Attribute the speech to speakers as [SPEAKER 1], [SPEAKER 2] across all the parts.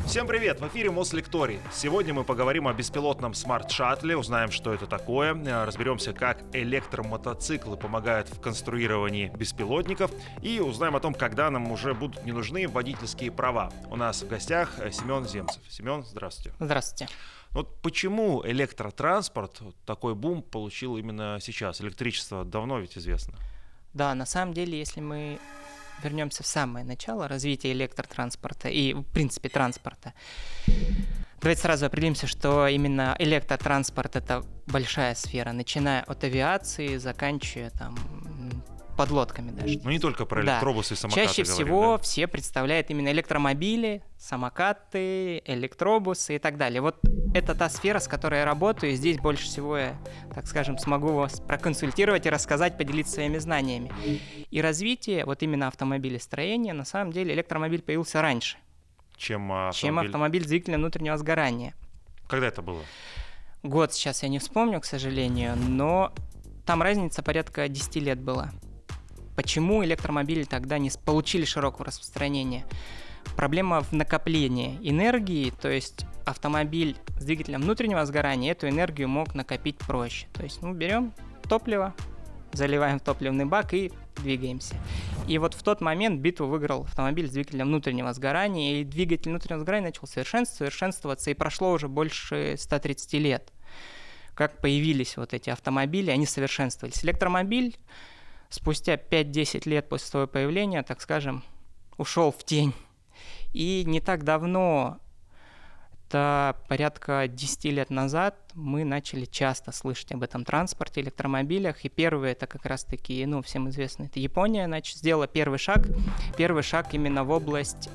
[SPEAKER 1] Всем привет! В эфире Мослекторий. Сегодня мы поговорим о беспилотном смарт-шаттле, узнаем, что это такое, разберемся, как электромотоциклы помогают в конструировании беспилотников и узнаем о том, когда нам уже будут не нужны водительские права. У нас в гостях Семен Земцев. Семен, здравствуйте.
[SPEAKER 2] Здравствуйте.
[SPEAKER 1] Вот почему электротранспорт, такой бум получил именно сейчас? Электричество давно ведь известно.
[SPEAKER 2] Да, на самом деле, если мы вернемся в самое начало развития электротранспорта и, в принципе, транспорта, давайте сразу определимся, что именно электротранспорт — это большая сфера, начиная от авиации, заканчивая подлодками даже.
[SPEAKER 1] Ну не только про электробусы и самокаты
[SPEAKER 2] Чаще
[SPEAKER 1] говорим,
[SPEAKER 2] всего все представляют именно электромобили, самокаты, электробусы и так далее. Вот это та сфера, с которой я работаю, и здесь больше всего я, так скажем, смогу вас проконсультировать и рассказать, поделиться своими знаниями. И развитие вот именно автомобилестроения, на самом деле электромобиль появился раньше, чем автомобиль с двигателем внутреннего сгорания.
[SPEAKER 1] Когда это было?
[SPEAKER 2] Год сейчас я не вспомню, к сожалению, но там разница порядка 10 лет была. Почему электромобили тогда не получили широкого распространения? Проблема в накоплении энергии, то есть автомобиль с двигателем внутреннего сгорания эту энергию мог накопить проще. То есть берем топливо, заливаем в топливный бак и двигаемся. И вот в тот момент битву выиграл автомобиль с двигателем внутреннего сгорания, и двигатель внутреннего сгорания начал совершенствоваться, и прошло уже больше 130 лет. Как появились вот эти автомобили, они совершенствовались. Электромобиль спустя 5-10 лет после своего появления, так скажем, ушел в тень. И не так давно, это порядка 10 лет назад, мы начали часто слышать об этом транспорте, электромобилях. И первый, это как раз-таки, всем известно, это Япония, сделала первый шаг именно в область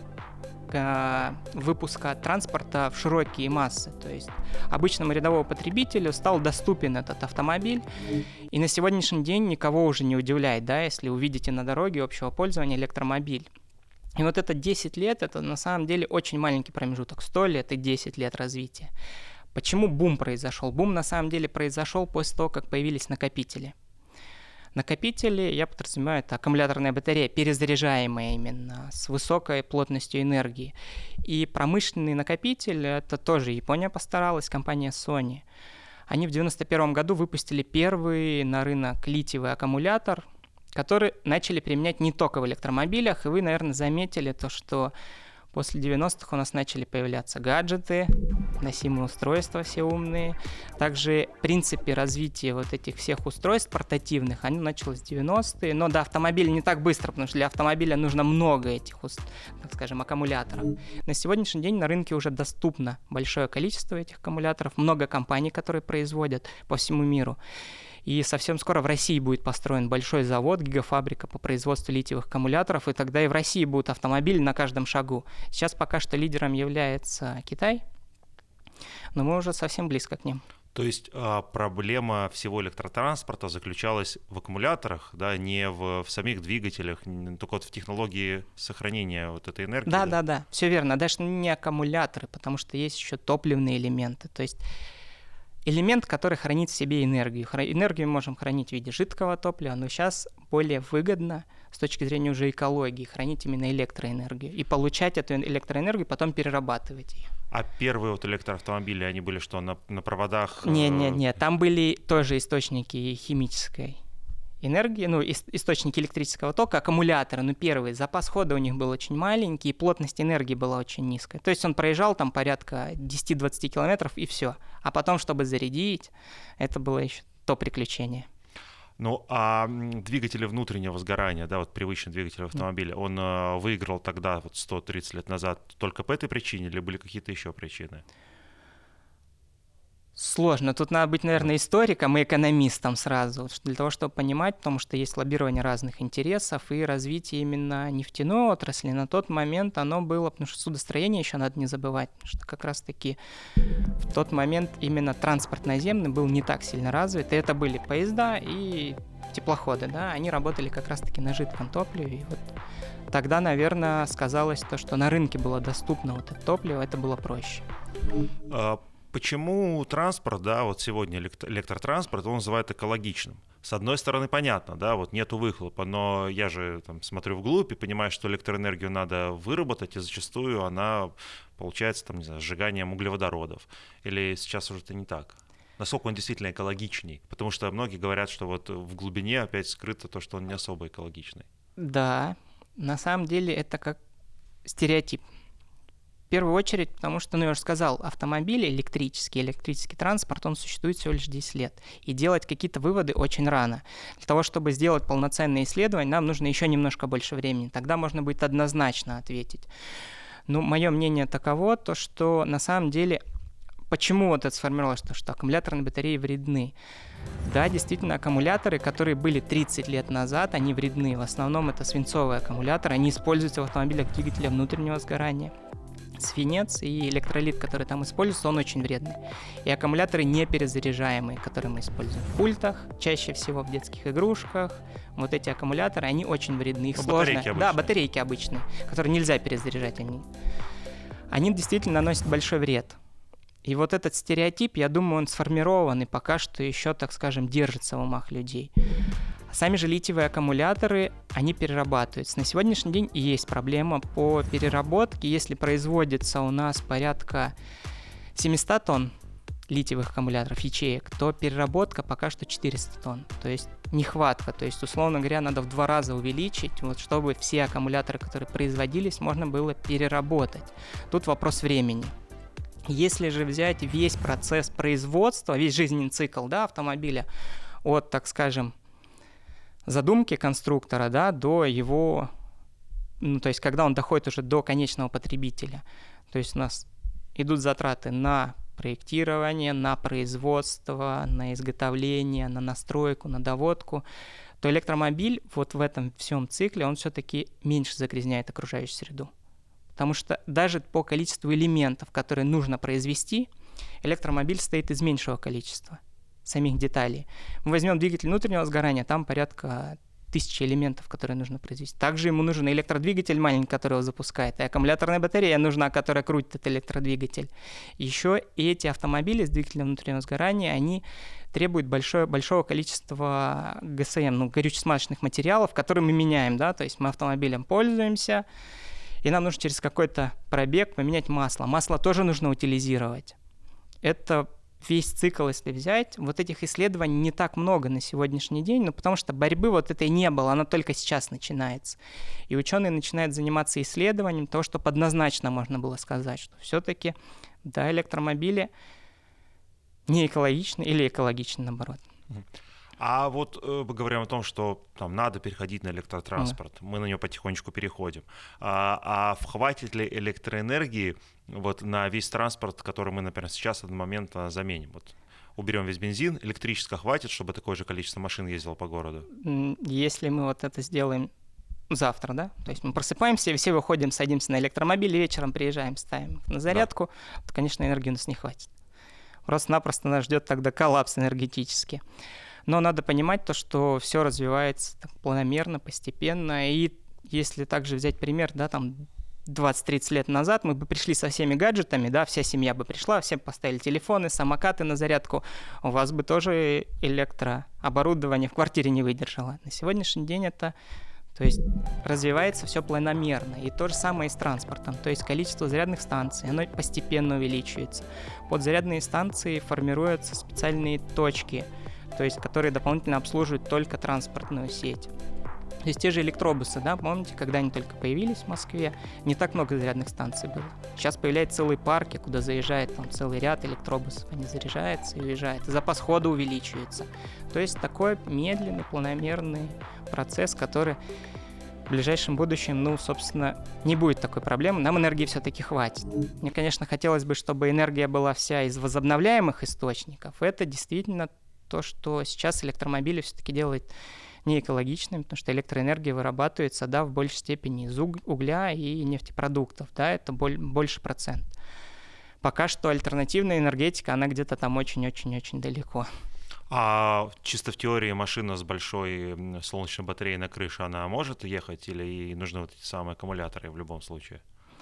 [SPEAKER 2] выпуска транспорта в широкие массы. То есть обычному рядовому потребителю стал доступен этот автомобиль. И на сегодняшний день никого уже не удивляет, если увидите на дороге общего пользования электромобиль. И вот это 10 лет, это на самом деле очень маленький промежуток, 100 лет и 10 лет развития. Почему бум произошел? Бум на самом деле произошел после того, как появились накопители. Накопители, я подразумеваю, это аккумуляторная батарея, перезаряжаемая именно, с высокой плотностью энергии. И промышленный накопитель, это тоже Япония постаралась, компания Sony. Они в 1991 году выпустили первый на рынок литиевый аккумулятор, который начали применять не только в электромобилях. И вы, наверное, заметили то, что после 90-х у нас начали появляться гаджеты, носимые устройства все умные. Также в принципе развитие вот этих всех устройств портативных, оно началось в 90-е. Но до автомобиля не так быстро, потому что для автомобиля нужно много этих, так скажем, аккумуляторов. На сегодняшний день на рынке уже доступно большое количество этих аккумуляторов, много компаний, которые производят по всему миру. И совсем скоро в России будет построен большой завод, гигафабрика по производству литиевых аккумуляторов, и тогда и в России будут автомобили на каждом шагу. Сейчас пока что лидером является Китай, но мы уже совсем близко к ним.
[SPEAKER 1] То есть проблема всего электротранспорта заключалась в аккумуляторах, не в самих двигателях, только вот в технологии сохранения вот этой энергии?
[SPEAKER 2] Да, все верно. Даже не аккумуляторы, потому что есть еще топливные элементы. То есть элемент, который хранит в себе энергию. Энергию мы можем хранить в виде жидкого топлива, но сейчас более выгодно с точки зрения уже экологии хранить именно электроэнергию и получать эту электроэнергию, потом перерабатывать ее.
[SPEAKER 1] А первые электроавтомобили, они были что, на проводах?
[SPEAKER 2] Нет, там были тоже источники химической энергии, источники электрического тока, аккумуляторы, первый, запас хода у них был очень маленький, и плотность энергии была очень низкая. То есть он проезжал там порядка 10-20 километров и все. А потом, чтобы зарядить, это было еще то приключение.
[SPEAKER 1] А двигатели внутреннего сгорания, привычный двигатель автомобиля, он выиграл тогда, 130 лет назад, только по этой причине или были какие-то еще причины?
[SPEAKER 2] Сложно. Тут надо быть, наверное, историком и экономистом сразу, для того, чтобы понимать, потому что есть лоббирование разных интересов и развитие именно нефтяной отрасли. На тот момент оно было, потому что судостроение еще надо не забывать, потому что как раз-таки в тот момент именно транспорт наземный был не так сильно развит, и это были поезда и теплоходы, они работали как раз-таки на жидком топливе, и вот тогда, наверное, сказалось то, что на рынке было доступно это топливо, это было проще.
[SPEAKER 1] Почему транспорт, да, вот сегодня электротранспорт, он называют экологичным? С одной стороны, понятно, да, вот нету выхлопа, но я же там смотрю вглубь и понимаю, что электроэнергию надо выработать, и зачастую она получается, там, не знаю, сжиганием углеводородов. Или сейчас уже это не так? Насколько он действительно экологичней? Потому что многие говорят, что вот в глубине опять скрыто то, что он не особо экологичный.
[SPEAKER 2] Да, на самом деле это как стереотип. В первую очередь, потому что, я уже сказал, автомобиль электрический транспорт, он существует всего лишь 10 лет. И делать какие-то выводы очень рано. Для того, чтобы сделать полноценное исследование, нам нужно еще немножко больше времени. Тогда можно будет однозначно ответить. Мое мнение таково, то, что на самом деле, почему вот это сформировалось, что аккумуляторные батареи вредны. Да, действительно, аккумуляторы, которые были 30 лет назад, они вредны. В основном это свинцовые аккумуляторы, они используются в автомобилях двигателя внутреннего сгорания. Свинец и электролит, который там используется, он очень вредный. И аккумуляторы не перезаряжаемые, которые мы используем в пультах, чаще всего в детских игрушках. Вот эти аккумуляторы, они очень вредны. Их сложно. Да, батарейки обычные, которые нельзя перезаряжать. Они действительно наносят большой вред. И вот этот стереотип, я думаю, он сформирован и пока что еще, так скажем, держится в умах людей. Сами же литиевые аккумуляторы, они перерабатываются. На сегодняшний день и есть проблема по переработке. Если производится у нас порядка 700 тонн литиевых аккумуляторов, ячеек, то переработка пока что 400 тонн. То есть нехватка. То есть, условно говоря, надо в 2 раза увеличить, вот, чтобы все аккумуляторы, которые производились, можно было переработать. Тут вопрос времени. Если же взять весь процесс производства, весь жизненный цикл, да, автомобиля, от, так скажем, задумки конструктора, да, до его, то есть когда он доходит уже до конечного потребителя, то есть у нас идут затраты на проектирование, на производство, на изготовление, на настройку, на доводку, то электромобиль вот в этом всем цикле, он все-таки меньше загрязняет окружающую среду. Потому что даже по количеству элементов, которые нужно произвести, электромобиль состоит из меньшего количества самих деталей. Мы возьмем двигатель внутреннего сгорания, там порядка 1000 элементов, которые нужно произвести. Также ему нужен электродвигатель маленький, который его запускает, и аккумуляторная батарея нужна, которая крутит этот электродвигатель. Еще и эти автомобили с двигателем внутреннего сгорания, они требуют большого количества ГСМ, горюче-смазочных материалов, которые мы меняем, да, то есть мы автомобилем пользуемся, и нам нужно через какой-то пробег поменять масло. Масло тоже нужно утилизировать. Это весь цикл, если взять, вот этих исследований не так много на сегодняшний день, потому что борьбы вот этой не было, она только сейчас начинается. И ученые начинают заниматься исследованием того, чтобы однозначно можно было сказать, что все-таки, да, электромобили не экологичны или экологичны, наоборот.
[SPEAKER 1] А вот мы говорим о том, что там надо переходить на электротранспорт, мы на него потихонечку переходим. А хватит ли электроэнергии вот на весь транспорт, который мы, например, сейчас в этот момент заменим? Вот уберем весь бензин, электрического хватит, чтобы такое же количество машин ездило по городу?
[SPEAKER 2] Если мы вот это сделаем завтра, да, то есть мы просыпаемся, и все выходим, садимся на электромобиль, и вечером приезжаем, ставим на зарядку, то, конечно, энергии у нас не хватит. Просто-напросто нас ждет тогда коллапс энергетический. Но надо понимать то, что все развивается так планомерно, постепенно. И если также взять пример, да, там 20-30 лет назад мы бы пришли со всеми гаджетами, да, вся семья бы пришла, все поставили телефоны, самокаты на зарядку, у вас бы тоже электрооборудование в квартире не выдержало. На сегодняшний день это, то есть развивается все планомерно. И то же самое и с транспортом. То есть количество зарядных станций, оно постепенно увеличивается. Под зарядные станции формируются специальные точки, то есть которые дополнительно обслуживают только транспортную сеть. То есть те же электробусы, да, помните, когда они только появились в Москве, не так много зарядных станций было. Сейчас появляются целые парки, куда заезжает там целый ряд электробусов, они заряжаются и уезжают, и запас хода увеличивается. То есть такой медленный, планомерный процесс, который в ближайшем будущем, собственно, не будет такой проблемы, нам энергии все-таки хватит. Мне, конечно, хотелось бы, чтобы энергия была вся из возобновляемых источников. Это действительно то, что сейчас электромобили все-таки делают не экологичными, потому что электроэнергия вырабатывается, да, в большей степени из угля и нефтепродуктов, да, это больше процент. Пока что альтернативная энергетика, она где-то там очень-очень-очень далеко.
[SPEAKER 1] А чисто в теории машина с большой солнечной батареей на крыше, она может ехать или ей нужны вот эти самые аккумуляторы в любом случае?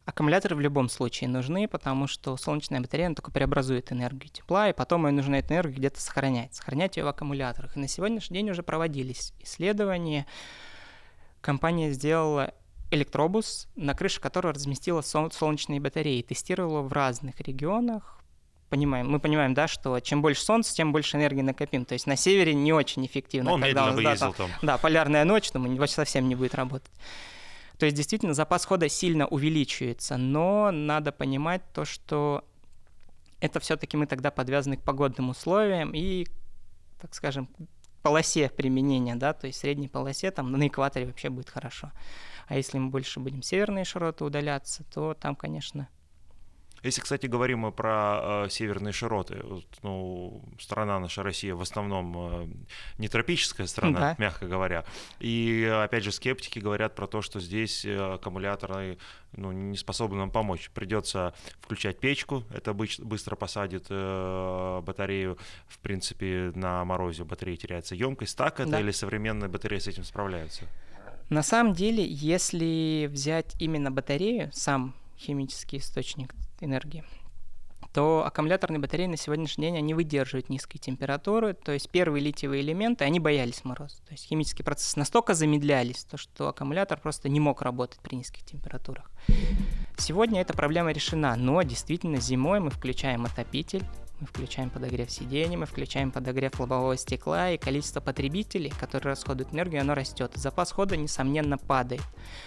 [SPEAKER 2] Аккумуляторы в любом случае нужны, потому что солнечная батарея только преобразует энергию тепла, и потом ее нужно эту энергию где-то сохранять ее в аккумуляторах. И на сегодняшний день уже проводились исследования. Компания сделала электробус, на крыше которого разместила солнечные батареи, тестировала в разных регионах. Мы понимаем, да, что чем больше солнца, тем больше энергии накопим. То есть на севере не очень эффективно.
[SPEAKER 1] Он медленно бы ездил там.
[SPEAKER 2] Да, полярная ночь, совсем не будет работать. То есть действительно запас хода сильно увеличивается, но надо понимать то, что это все-таки мы тогда подвязаны к погодным условиям и, так скажем, полосе применения, да, то есть средней полосе, там на экваторе вообще будет хорошо. А если мы больше будем северные широты удаляться, то там, конечно...
[SPEAKER 1] Если, кстати, говорим мы про северные широты, страна наша Россия в основном не тропическая страна, да, мягко говоря. И, опять же, скептики говорят про то, что здесь аккумуляторы не способны нам помочь. Придется включать печку, это быстро посадит батарею. В принципе, на морозе у батареи теряется емкость. Так это, да, или современные батареи с этим справляются?
[SPEAKER 2] На самом деле, если взять именно батарею, сам химический источник энергии, то аккумуляторные батареи на сегодняшний день они выдерживают низкие температуры, то есть первые литиевые элементы, они боялись мороза. То есть химические процессы настолько замедлялись, что аккумулятор просто не мог работать при низких температурах. Сегодня эта проблема решена, но действительно зимой мы включаем отопитель, мы включаем подогрев сидений, мы включаем подогрев лобового стекла, и количество потребителей, которые расходуют энергию, оно растет. Запас хода, несомненно, падает.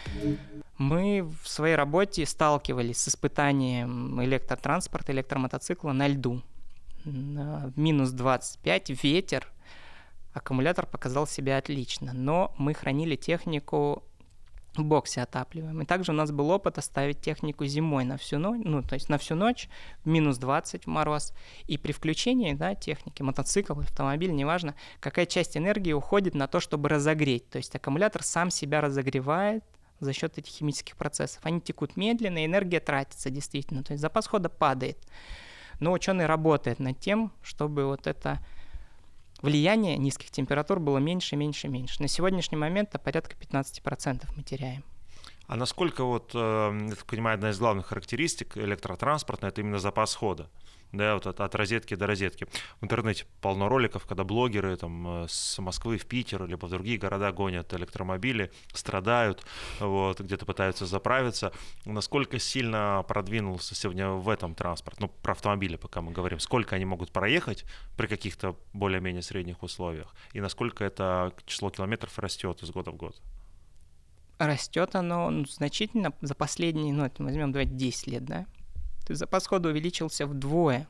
[SPEAKER 2] Мы в своей работе сталкивались с испытанием электротранспорта, электромотоцикла на льду. Минус 25, ветер. Аккумулятор показал себя отлично, но мы хранили технику в боксе отапливаем. И также у нас был опыт оставить технику зимой на всю ночь, то есть на всю ночь, минус 20 в мороз. И при включении, да, техники, мотоцикл, автомобиль, неважно, какая часть энергии уходит на то, чтобы разогреть. То есть аккумулятор сам себя разогревает за счет этих химических процессов. Они текут медленно, и энергия тратится действительно. То есть запас хода падает. Но ученые работают над тем, чтобы вот это влияние низких температур было меньше. На сегодняшний момент порядка 15% мы теряем.
[SPEAKER 1] А насколько, я так понимаю, одна из главных характеристик электротранспорта — это именно запас хода? Да, от розетки до розетки. В интернете полно роликов, когда блогеры с Москвы в Питер либо в другие города гонят электромобили, страдают, где-то пытаются заправиться. Насколько сильно продвинулся сегодня в этом транспорт? Про автомобили пока мы говорим. Сколько они могут проехать при каких-то более-менее средних условиях? И насколько это число километров растет из года в год?
[SPEAKER 2] Растет оно значительно за последние, возьмем, 10 лет, да? То есть запас хода увеличился вдвое.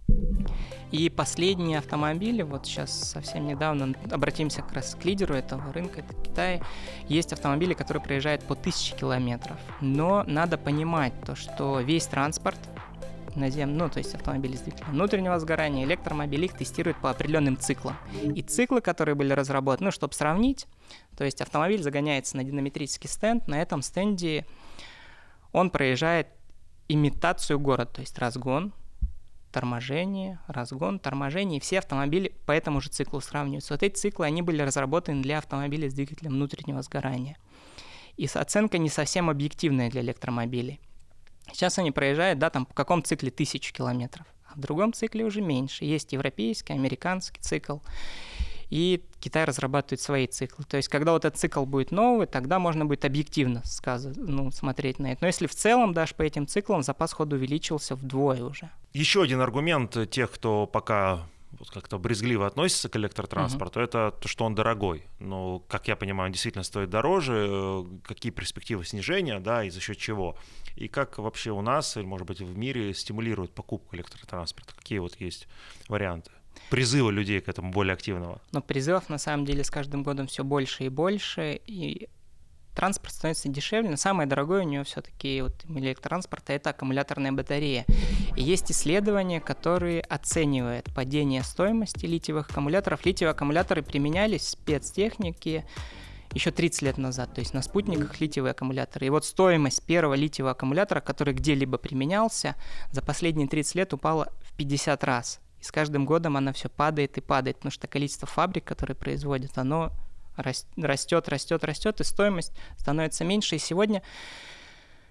[SPEAKER 2] И последние автомобили, сейчас совсем недавно, обратимся как раз к лидеру этого рынка, это Китай, есть автомобили, которые проезжают по 1000 километров. Но надо понимать то, что весь транспорт наземный, то есть автомобили с двигателем внутреннего сгорания, электромобили, их тестируют по определенным циклам. И циклы, которые были разработаны, чтобы сравнить, то есть автомобиль загоняется на динамометрический стенд, на этом стенде он проезжает имитацию города, то есть разгон, торможение, и все автомобили по этому же циклу сравниваются. Вот эти циклы, они были разработаны для автомобилей с двигателем внутреннего сгорания. И оценка не совсем объективная для электромобилей. Сейчас они проезжают, по каком цикле 1000 километров, а в другом цикле уже меньше. Есть европейский, американский цикл. И Китай разрабатывает свои циклы. То есть, когда этот цикл будет новый, тогда можно будет объективно смотреть на это. Но если в целом даже по этим циклам запас хода увеличился вдвое уже.
[SPEAKER 1] Еще один аргумент тех, кто пока как-то брезгливо относится к электротранспорту, это то, что он дорогой. Но, как я понимаю, он действительно стоит дороже. Какие перспективы снижения, да, и за счет чего? И как вообще у нас, или, может быть, в мире стимулируют покупку электротранспорта? Какие есть варианты? Призывы людей к этому более активного?
[SPEAKER 2] Но призывов на самом деле с каждым годом все больше и больше, и транспорт становится дешевле, но самое дорогое у него все-таки электротранспорта — это аккумуляторная батарея. И есть исследования, которые оценивают падение стоимости литиевых аккумуляторов. Литиевые аккумуляторы применялись в спецтехнике еще 30 лет назад, то есть на спутниках литиевые аккумуляторы. И стоимость первого литиевого аккумулятора, который где-либо применялся, за последние 30 лет упала в 50 раз. И с каждым годом она все падает и падает, потому что количество фабрик, которые производят, оно растет, и стоимость становится меньше. И сегодня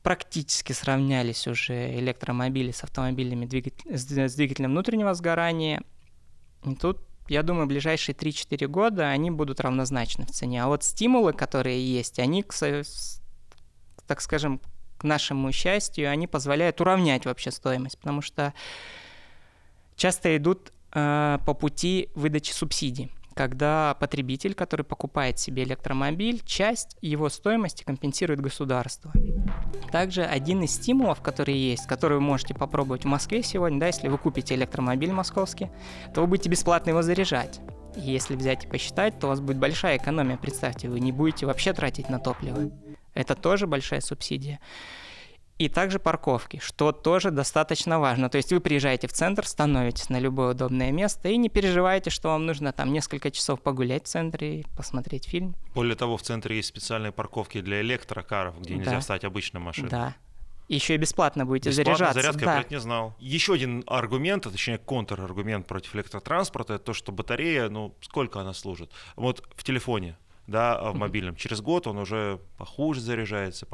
[SPEAKER 2] практически сравнялись уже электромобили с автомобилями с двигателем внутреннего сгорания. И тут, я думаю, ближайшие 3-4 года они будут равнозначны в цене. А вот стимулы, которые есть, они, так скажем, к нашему счастью, они позволяют уравнять вообще стоимость, потому что часто идут по пути выдачи субсидий, когда потребитель, который покупает себе электромобиль, часть его стоимости компенсирует государство. Также один из стимулов, который есть, который вы можете попробовать в Москве сегодня, да, если вы купите электромобиль московский, то вы будете бесплатно его заряжать. И если взять и посчитать, то у вас будет большая экономия. Представьте, вы не будете вообще тратить на топливо. Это тоже большая субсидия. И также парковки, что тоже достаточно важно. То есть вы приезжаете в центр, становитесь на любое удобное место и не переживаете, что вам нужно там несколько часов погулять в центре и посмотреть фильм.
[SPEAKER 1] Более того, в центре есть специальные парковки для электрокаров, где нельзя встать обычной машиной.
[SPEAKER 2] Да. Еще и бесплатно будете заряжаться.
[SPEAKER 1] Зарядка, я, блядь, не знал. Еще один аргумент, точнее контраргумент против электротранспорта, это то, что батарея, сколько она служит? Вот в телефоне, да, в мобильном. Через год он уже похуже заряжается,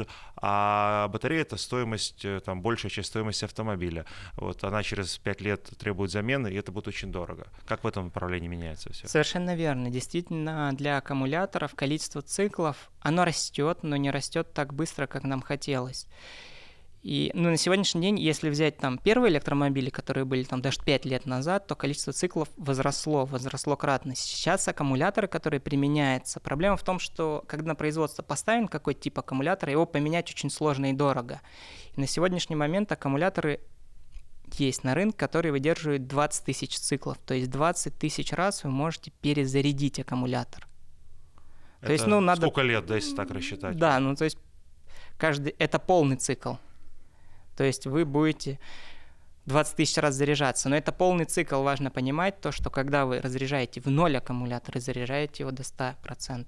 [SPEAKER 1] а батарея — это стоимость, там, большая часть стоимости автомобиля. Вот она через 5 лет требует замены, и это будет очень дорого. Как в этом направлении меняется все?
[SPEAKER 2] Совершенно верно. Действительно, для аккумуляторов количество циклов, оно растет, но не растет так быстро, как нам хотелось. И на сегодняшний день, если взять там первые электромобили, которые были там даже 5 лет назад, то количество циклов возросло кратно. Сейчас аккумуляторы, которые применяются, проблема в том, что когда на производство поставлен какой-то тип аккумулятора, его поменять очень сложно и дорого. И на сегодняшний момент аккумуляторы есть на рынке, которые выдерживают 20 тысяч циклов. То есть 20 тысяч раз вы можете перезарядить аккумулятор.
[SPEAKER 1] Это то есть, надо... Сколько лет, да, если так рассчитать?
[SPEAKER 2] Да, то есть это полный цикл. То есть вы будете 20 тысяч раз заряжаться. Но это полный цикл, важно понимать, то, что когда вы разряжаете в ноль аккумулятор и заряжаете его до 100%.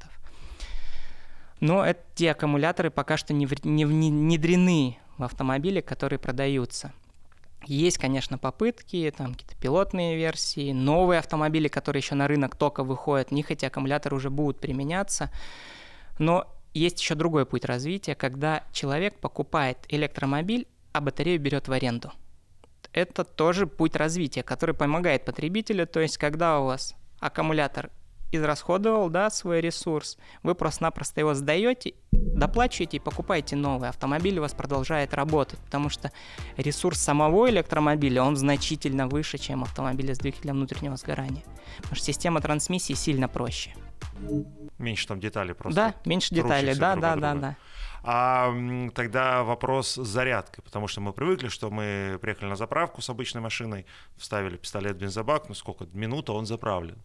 [SPEAKER 2] Но те аккумуляторы пока что не внедрены в автомобили, которые продаются. Есть, конечно, попытки, там какие-то пилотные версии, новые автомобили, которые еще на рынок только выходят, в них эти аккумуляторы уже будут применяться. Но есть еще другой путь развития, когда человек покупает электромобиль, а батарею берет в аренду. Это тоже путь развития, который помогает потребителю. То есть, когда у вас аккумулятор израсходовал, да, свой ресурс, вы просто-напросто его сдаете, доплачиваете и покупаете новый. Автомобиль у вас продолжает работать, потому что ресурс самого электромобиля, он значительно выше, чем автомобиля с двигателем внутреннего сгорания. Потому что система трансмиссии сильно проще.
[SPEAKER 1] Меньше там деталей просто.
[SPEAKER 2] Да, меньше деталей, да.
[SPEAKER 1] А тогда вопрос с зарядкой, потому что мы привыкли, что мы приехали на заправку с обычной машиной, вставили пистолет в бензобак, минута, он заправлен.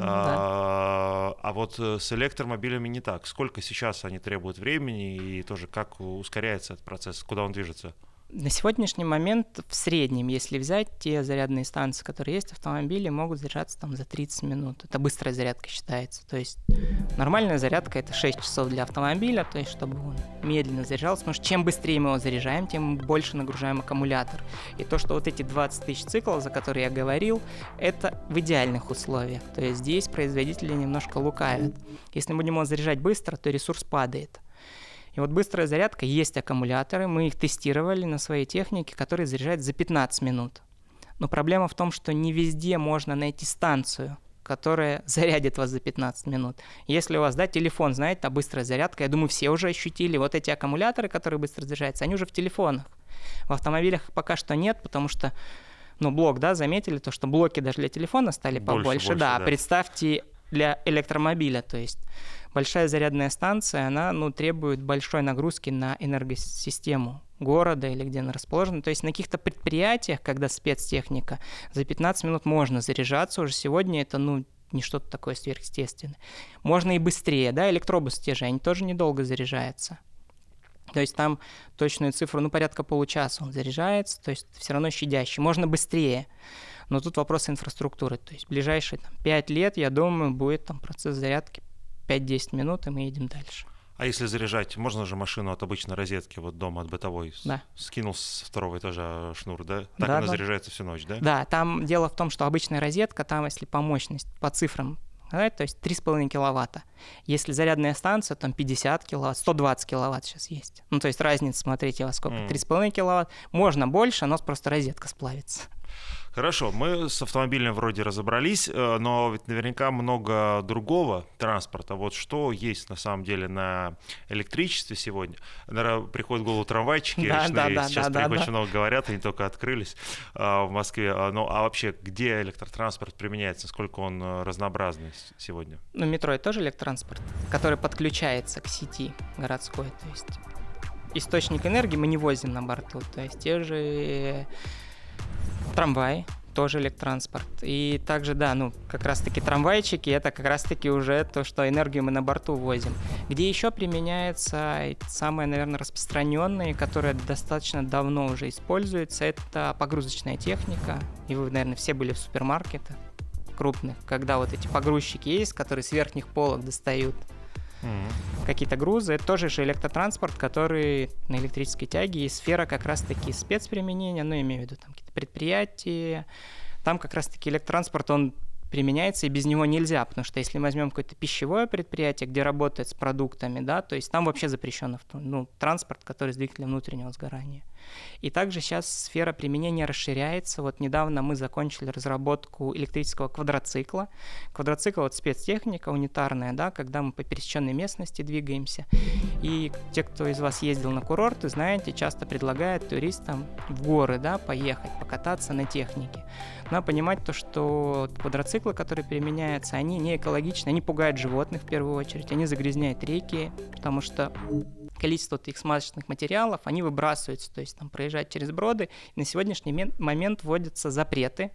[SPEAKER 2] Да.
[SPEAKER 1] А вот с электромобилями не так. Сколько сейчас они требуют времени и тоже как ускоряется этот процесс, куда он движется?
[SPEAKER 2] На сегодняшний момент в среднем, если взять те зарядные станции, которые есть в автомобиле, могут заряжаться там за 30 минут. Это быстрая зарядка считается. То есть нормальная зарядка — это 6 часов для автомобиля, то есть чтобы он медленно заряжался, потому что чем быстрее мы его заряжаем, тем больше нагружаем аккумулятор. И то, что вот эти 20 тысяч циклов, за которые я говорил, это в идеальных условиях. То есть здесь производители немножко лукавят. Если мы будем его заряжать быстро, то ресурс падает. И вот быстрая зарядка, есть аккумуляторы, мы их тестировали на своей технике, которые заряжают за 15 минут. Но проблема в том, что не везде можно найти станцию, которая зарядит вас за 15 минут. Если у вас, телефон, знаете, быстрая зарядка, я думаю, все уже ощутили, вот эти аккумуляторы, которые быстро заряжаются, они уже в телефонах. В автомобилях пока что нет, потому что, блок, заметили, то, что блоки даже для телефона стали побольше. Да, представьте, для электромобиля, то есть большая зарядная станция, она требует большой нагрузки на энергосистему города или где она расположена. То есть на каких-то предприятиях, когда спецтехника, за 15 минут можно заряжаться. Уже сегодня это не что-то такое сверхъестественное. Можно и быстрее, электробусы те же, они тоже недолго заряжаются. То есть там точную цифру, порядка получаса он заряжается, то есть все равно щадящий. Можно быстрее. Но тут вопрос инфраструктуры. То есть в ближайшие 5 лет, я думаю, будет процесс зарядки 5-10 минут, и мы едем дальше.
[SPEAKER 1] А если заряжать, можно же машину от обычной розетки, дома, от бытовой,
[SPEAKER 2] да.
[SPEAKER 1] Скинул с 2-го этажа шнур, да? Так она заряжается всю ночь, да?
[SPEAKER 2] Да, там дело в том, что обычная розетка, там, если по мощности, по цифрам сказать, то есть 3,5 киловатта. Если зарядная станция, там 50 киловатт, 120 киловатт сейчас есть. Ну, то есть разница, смотрите, во сколько, 3,5 киловатт. Можно больше, но просто розетка сплавится.
[SPEAKER 1] Хорошо, мы с автомобилем вроде разобрались, но ведь наверняка много другого транспорта. Вот что есть на самом деле на электричестве сегодня? Наверное, приходит в голову трамвайчики речные, сейчас про них очень много говорят, они только открылись в Москве. Ну, а вообще, где электротранспорт применяется, насколько он разнообразный сегодня?
[SPEAKER 2] Ну, метро — это тоже электротранспорт, который подключается к сети городской, то есть источник энергии мы не возим на борту, то есть те же трамвай, тоже электротранспорт. И также, да, ну, как раз-таки трамвайчики — это как раз-таки уже то, что энергию мы на борту возим. Где еще применяется самое, наверное, распространенное, которое достаточно давно уже используется, это погрузочная техника. И вы, наверное, все были в супермаркетах крупных, когда вот эти погрузчики есть, которые с верхних полок достают какие-то грузы. Это тоже же электротранспорт, который на электрической тяге, и сфера как раз-таки спецприменения, ну, имею в виду там какие-то предприятия. Там как раз-таки электротранспорт, он применяется, и без него нельзя, потому что если мы возьмем какое-то пищевое предприятие, где работает с продуктами, да, то есть там вообще запрещен транспорт, который с двигателем внутреннего сгорания. И также сейчас сфера применения расширяется. Вот недавно мы закончили разработку электрического квадроцикла. Квадроцикл — это спецтехника унитарная, да, когда мы по пересеченной местности двигаемся. И те, кто из вас ездил на курорты, знаете, часто предлагают туристам в горы, да, поехать, покататься на технике. Надо понимать то, что квадроциклы, которые применяются, они не экологичны, они пугают животных в первую очередь, они загрязняют реки, потому что количество их смазочных материалов, они выбрасываются, то есть там проезжать через броды. И на сегодняшний момент вводятся запреты.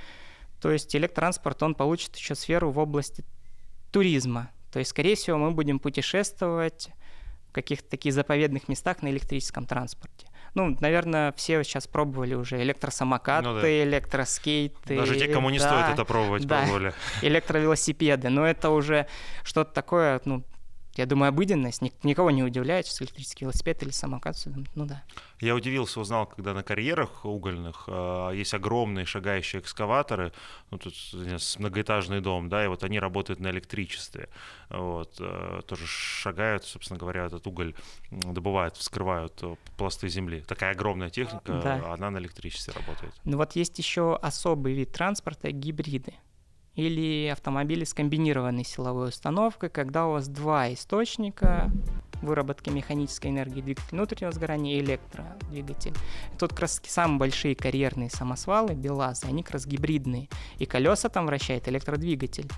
[SPEAKER 2] То есть электротранспорт, он получит еще сферу в области туризма. То есть, скорее всего, мы будем путешествовать в каких-то таких заповедных местах на электрическом транспорте. Ну, наверное, все сейчас пробовали уже электросамокаты, электроскейты.
[SPEAKER 1] Даже те, кому не стоит это пробовать, пробовали.
[SPEAKER 2] Электровелосипеды. Но это уже что-то такое, ну, я думаю, обыденность. Никого не удивляет, что электрический велосипед или самокат. Ну да.
[SPEAKER 1] Я удивился, узнал, когда на карьерах угольных есть огромные шагающие экскаваторы, ну, тут многоэтажный дом, да, и вот они работают на электричестве. Вот, тоже шагают, собственно говоря, этот уголь добывают, вскрывают пласты земли. Такая огромная техника, да. Она на электричестве работает.
[SPEAKER 2] Ну вот есть еще особый вид транспорта — гибриды. Или автомобили с комбинированной силовой установкой, когда у вас два источника выработки механической энергии: двигатель внутреннего сгорания и электродвигатель. И тут как раз самые большие карьерные самосвалы, БелАЗы, они как раз гибридные. И колеса там вращает электродвигатель.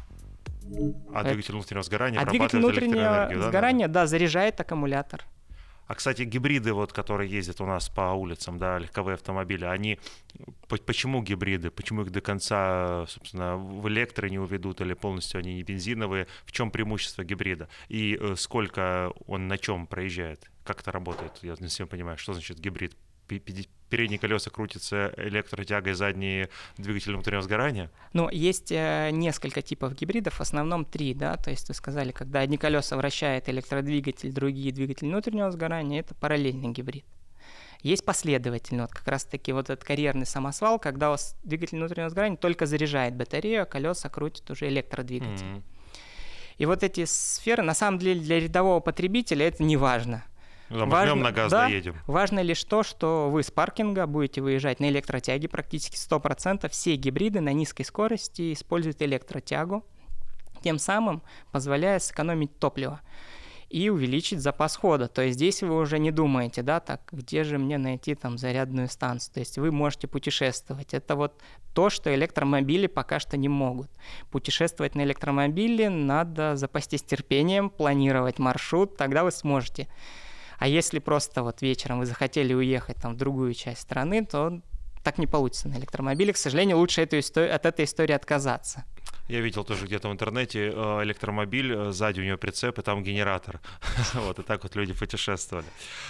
[SPEAKER 1] А двигатель внутреннего сгорания
[SPEAKER 2] двигатель внутреннего сгорания, да, заряжает аккумулятор.
[SPEAKER 1] А, кстати, гибриды, вот, которые ездят у нас по улицам, да, легковые автомобили, они почему гибриды? Почему их до конца, собственно, в электро не уведут или полностью они не бензиновые? В чем преимущество гибрида? И сколько он на чем проезжает? Как это работает? Я не совсем понимаю, что значит гибрид? Передние колеса крутятся электротягой, задние двигателем внутреннего сгорания?
[SPEAKER 2] Ну, есть несколько типов гибридов, в основном 3, да, то есть вы сказали, когда одни колеса вращает электродвигатель, другие двигатель внутреннего сгорания, это параллельный гибрид. Есть последовательный, вот как раз-таки вот этот карьерный самосвал, когда у вас двигатель внутреннего сгорания только заряжает батарею, а колеса крутят уже электродвигатель. И вот эти сферы, на самом деле, для рядового потребителя это не важно.
[SPEAKER 1] Важно, на газ доедем.
[SPEAKER 2] Важно лишь то, что вы с паркинга будете выезжать на электротяге. Практически 100% все гибриды на низкой скорости используют электротягу, тем самым позволяя сэкономить топливо и увеличить запас хода. То есть здесь вы уже не думаете, да, так, где же мне найти там зарядную станцию. То есть вы можете путешествовать. Это вот то, что электромобили пока что не могут. Путешествовать на электромобиле надо запастись терпением, планировать маршрут, тогда вы сможете. А если просто вот вечером вы захотели уехать там в другую часть страны, то так не получится на электромобиле. К сожалению, лучше от этой истории отказаться.
[SPEAKER 1] Я видел тоже где-то в интернете электромобиль, сзади у него прицеп, и там генератор. Вот, и так вот люди путешествовали.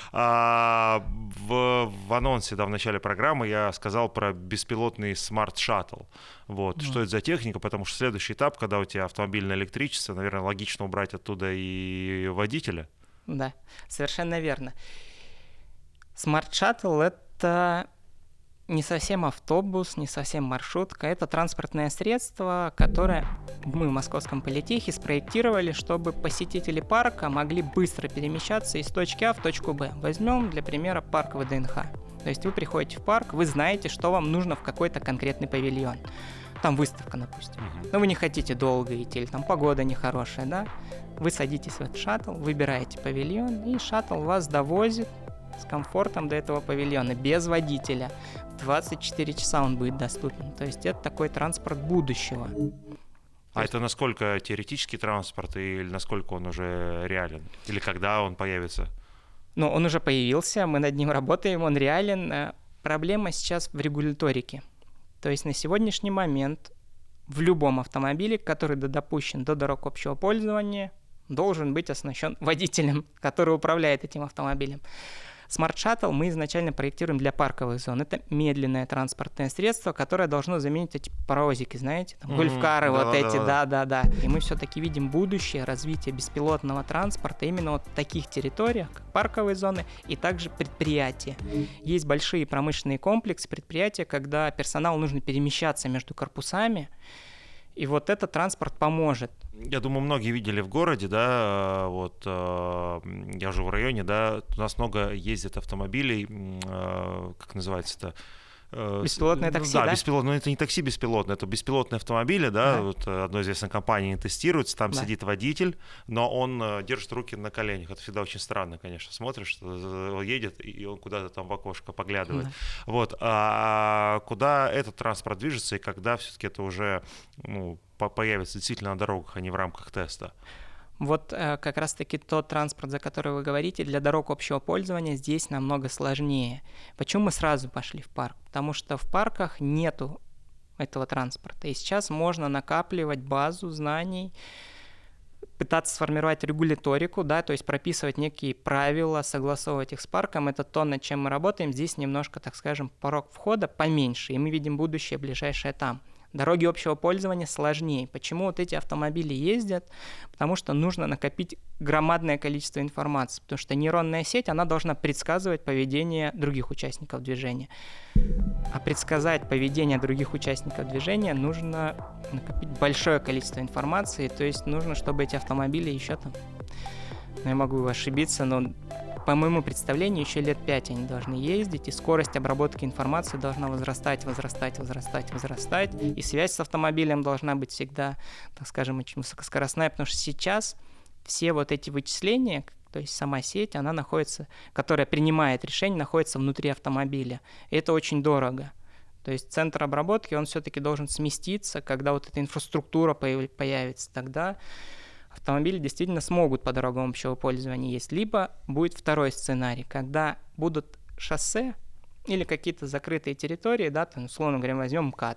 [SPEAKER 1] В анонсе, да, в начале программы я сказал про беспилотный Smart Shuttle. Вот. Что это за техника? Потому что следующий этап, когда у тебя автомобиль на электричестве, наверное, логично убрать оттуда и водителя.
[SPEAKER 2] Да, совершенно верно. Smart Shuttle — это не совсем автобус, не совсем маршрутка. Это транспортное средство, которое мы в Московском политехе спроектировали, чтобы посетители парка могли быстро перемещаться из точки А в точку Б. Возьмем для примера парк ВДНХ. То есть вы приходите в парк, вы знаете, что вам нужно в какой-то конкретный павильон. Там выставка, допустим. Но вы не хотите долго идти, или там погода нехорошая, да? Вы садитесь в этот шаттл, выбираете павильон, и шаттл вас довозит с комфортом до этого павильона, без водителя. 24 часа он будет доступен. То есть это такой транспорт будущего.
[SPEAKER 1] А это насколько теоретический транспорт или насколько он уже реален? Или когда он появится?
[SPEAKER 2] Ну, он уже появился, мы над ним работаем, он реален. Проблема сейчас в регуляторике. То есть на сегодняшний момент в любом автомобиле, который допущен до дорог общего пользования, должен быть оснащен водителем, который управляет этим автомобилем. Smart Shuttle мы изначально проектируем для парковых зон. Это медленное транспортное средство, которое должно заменить эти паровозики, знаете, там, гольфкары, вот эти, да. И мы все-таки видим будущее развития беспилотного транспорта именно вот в таких территориях, как парковые зоны и также предприятия. Есть большие промышленные комплексы, предприятия, когда персоналу нужно перемещаться между корпусами, и вот этот транспорт поможет.
[SPEAKER 1] Я думаю, многие видели в городе, да, вот я живу в районе, да, у нас много ездит автомобилей, как называется-то?
[SPEAKER 2] Беспилотное такси, да?
[SPEAKER 1] Да, беспилотное, но это не такси беспилотное, это беспилотные автомобили, да, вот одной известной компании тестируется, там сидит водитель, но он держит руки на коленях, это всегда очень странно, конечно, смотришь, что он едет, и он куда-то там в окошко поглядывает. Вот, а куда этот транспорт движется, и когда все-таки это уже, ну, появится действительно на дорогах, а не в рамках теста?
[SPEAKER 2] Вот как раз-таки тот транспорт, за который вы говорите, для дорог общего пользования здесь намного сложнее. Почему мы сразу пошли в парк? Потому что в парках нету этого транспорта. И сейчас можно накапливать базу знаний, пытаться сформировать регуляторику, да, то есть прописывать некие правила, согласовывать их с парком. Это то, над чем мы работаем. Здесь немножко, так скажем, порог входа поменьше, и мы видим будущее ближайшее там. Дороги общего пользования сложнее. Почему вот эти автомобили ездят? Потому что нужно накопить громадное количество информации, потому что нейронная сеть, она должна предсказывать поведение других участников движения. А предсказать поведение других участников движения нужно накопить большое количество информации, то есть нужно, чтобы эти автомобили еще там, я могу ошибиться, но по моему представлению, еще лет 5 они должны ездить, и скорость обработки информации должна возрастать, и связь с автомобилем должна быть всегда, так скажем, очень высокоскоростная, потому что сейчас все вот эти вычисления, то есть сама сеть, она находится, которая принимает решение, находится внутри автомобиля, и это очень дорого. То есть центр обработки, он все-таки должен сместиться, когда вот эта инфраструктура появится, тогда автомобили действительно смогут по дорогам общего пользования ездить. Либо будет второй сценарий, когда будут шоссе или какие-то закрытые территории, да, там, условно говоря, возьмем МКАД.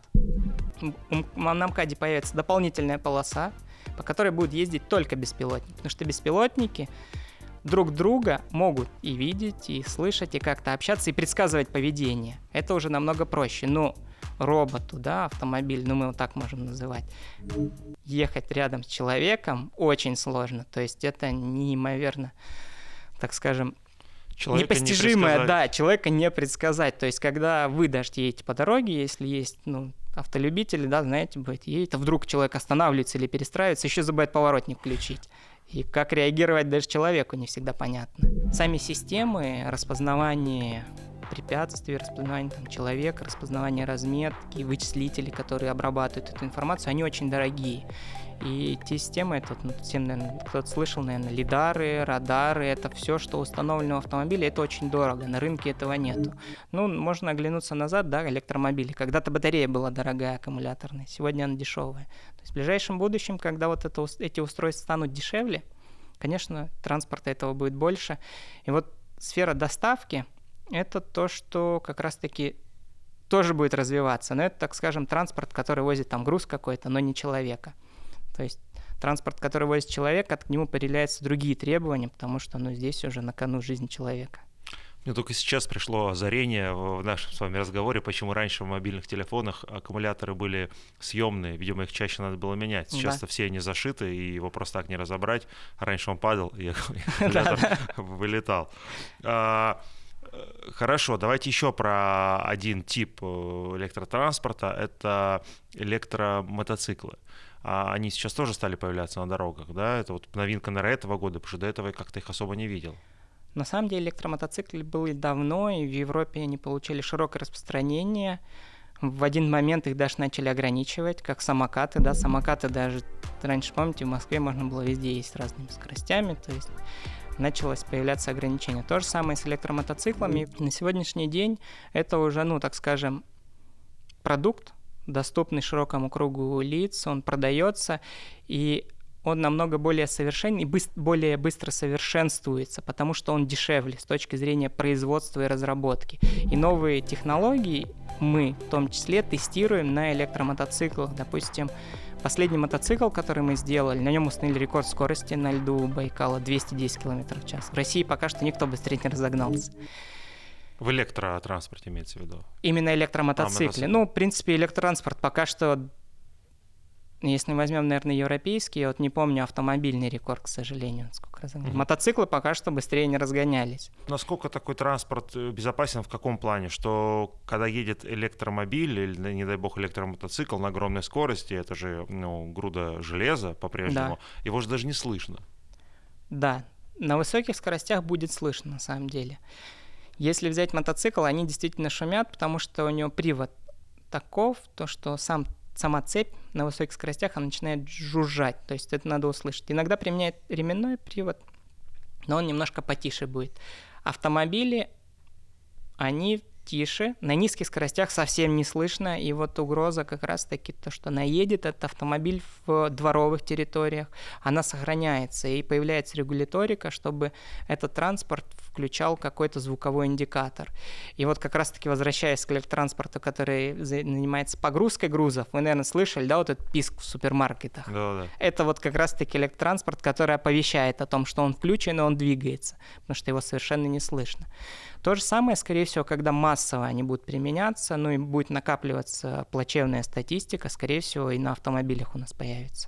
[SPEAKER 2] На МКАДе появится дополнительная полоса, по которой будут ездить только беспилотники, потому что беспилотники друг друга могут и видеть, и слышать, и как-то общаться, и предсказывать поведение. Это уже намного проще. Но роботу, да, автомобиль, ну мы его так можем называть, ехать рядом с человеком очень сложно. То есть это неимоверно, так скажем, непостижимое, да, человека не предсказать. То есть когда вы даже едете по дороге, если есть, ну, автолюбители, да, знаете, будет едет, а вдруг человек останавливается или перестраивается, еще забывает поворотник включить. И как реагировать даже человеку не всегда понятно. Сами системы распознавания препятствий, распознавания там, человека, распознавания разметки, вычислители, которые обрабатывают эту информацию, они очень дорогие. И те системы, это, ну, всем, наверное, кто-то слышал, наверное, лидары, радары, это все, что установлено в автомобиле, это очень дорого, на рынке этого нету. Ну, можно оглянуться назад, да, электромобили. Когда-то батарея была дорогая, аккумуляторная, сегодня она дешевая. То есть в ближайшем будущем, когда вот эти устройства станут дешевле, конечно, транспорта этого будет больше. И вот сфера доставки — это то, что как раз-таки тоже будет развиваться. Но это, так скажем, транспорт, который возит там груз какой-то, но не человека. То есть транспорт, который возит человека, к нему предъявляются другие требования, потому что, ну, здесь уже на кону жизнь человека.
[SPEAKER 1] Мне только сейчас пришло озарение в нашем с вами разговоре, почему раньше в мобильных телефонах аккумуляторы были съемные, видимо, их чаще надо было менять. Сейчас-то все они зашиты, и его просто так не разобрать. Раньше он падал, и аккумулятор вылетал. Хорошо, давайте еще про один тип электротранспорта. Это электромотоциклы. Они сейчас тоже стали появляться на дорогах, да? Это вот новинка, наверное, этого года, потому что до этого я как-то их особо не видел.
[SPEAKER 2] На самом деле электромотоциклы были давно, и в Европе они получили широкое распространение. В один момент их даже начали ограничивать, как самокаты, да, самокаты даже, раньше, помните, в Москве можно было везде ездить с разными скоростями, то есть началось появляться ограничения. То же самое с электромотоциклами. На сегодняшний день это уже, ну, так скажем, продукт, доступный широкому кругу лиц, он продается, и он намного более совершенный и более быстро совершенствуется, потому что он дешевле с точки зрения производства и разработки. И новые технологии мы в том числе тестируем на электромотоциклах. Допустим, последний мотоцикл, который мы сделали, на нем установили рекорд скорости на льду Байкала 210 км в час. В России пока что никто быстрее не разогнался.
[SPEAKER 1] В электротранспорте имеется в виду?
[SPEAKER 2] Именно электромотоциклы. Ну, в принципе, электротранспорт пока что, если возьмем, наверное, европейский, я вот не помню автомобильный рекорд, к сожалению, сколько разогнались. Мотоциклы пока что быстрее не разгонялись.
[SPEAKER 1] Насколько такой транспорт безопасен в каком плане? Что когда едет электромобиль или, не дай бог, электромотоцикл на огромной скорости, это же груда железа по-прежнему, да, его же даже не слышно.
[SPEAKER 2] Да, на высоких скоростях будет слышно на самом деле. Если взять мотоцикл, они действительно шумят, потому что у него привод таков, то что сама цепь на высоких скоростях она начинает жужжать, то есть это надо услышать. Иногда применяют ременной привод, но он немножко потише будет. Автомобили, они тише, на низких скоростях совсем не слышно, и вот угроза как раз-таки то, что наедет этот автомобиль в дворовых территориях, она сохраняется, и появляется регуляторика, чтобы этот транспорт включал какой-то звуковой индикатор. И вот как раз-таки возвращаясь к электротранспорту, который занимается погрузкой грузов, вы, наверное, слышали, да, вот этот писк в супермаркетах?
[SPEAKER 1] Да.
[SPEAKER 2] Это вот как раз-таки электротранспорт, который оповещает о том, что он включен и он двигается, потому что его совершенно не слышно. То же самое, скорее всего, когда массово они будут применяться, ну и будет накапливаться плачевная статистика, скорее всего, и на автомобилях у нас появится.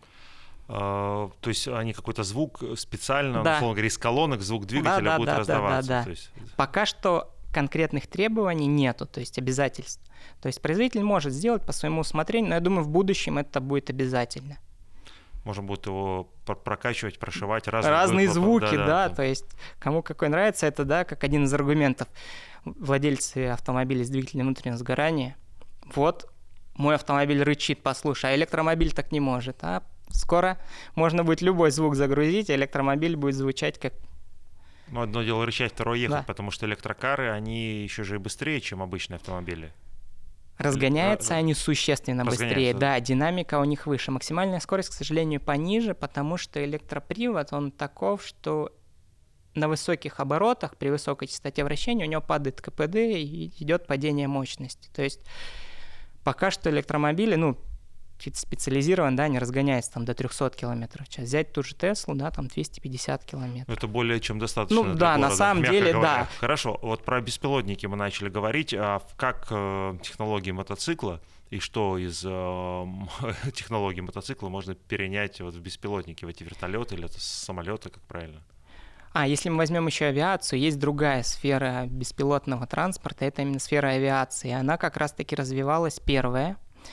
[SPEAKER 1] То есть они какой-то звук специально,
[SPEAKER 2] да,
[SPEAKER 1] условно говоря, из колонок звук двигателя будет раздаваться.
[SPEAKER 2] Да.
[SPEAKER 1] То есть...
[SPEAKER 2] Пока что конкретных требований нету, то есть обязательств. То есть производитель может сделать по своему усмотрению, но я думаю, в будущем это будет обязательно.
[SPEAKER 1] Можно будет его прокачивать, прошивать
[SPEAKER 2] разные звуки, да, то есть кому какой нравится, это, да, как один из аргументов. Владельцы автомобилей с двигателем внутреннего сгорания, вот мой автомобиль рычит, послушай, а электромобиль так не может, а скоро можно будет любой звук загрузить, а электромобиль будет звучать как...
[SPEAKER 1] Ну, одно дело рычать, второе ехать, да, потому что электрокары, они еще же и быстрее, чем обычные автомобили.
[SPEAKER 2] Разгоняются они существенно быстрее, да, динамика у них выше. Максимальная скорость, к сожалению, пониже, потому что электропривод, он таков, что на высоких оборотах, при высокой частоте вращения у него падает КПД и идет падение мощности. То есть пока что электромобили, ну, специализирован, да, не разгоняется там до 300 км в час. Взять ту же Теслу, да, там 250 км.
[SPEAKER 1] Это более чем достаточно.
[SPEAKER 2] Ну да, на самом деле, да.
[SPEAKER 1] Хорошо, вот про беспилотники мы начали говорить. А как технологии мотоцикла и что из технологий мотоцикла можно перенять вот в беспилотники, в эти вертолеты или это самолеты, как правильно?
[SPEAKER 2] Если мы возьмем еще авиацию, есть другая сфера беспилотного транспорта, это именно сфера авиации. Она как раз-таки развивалась первая.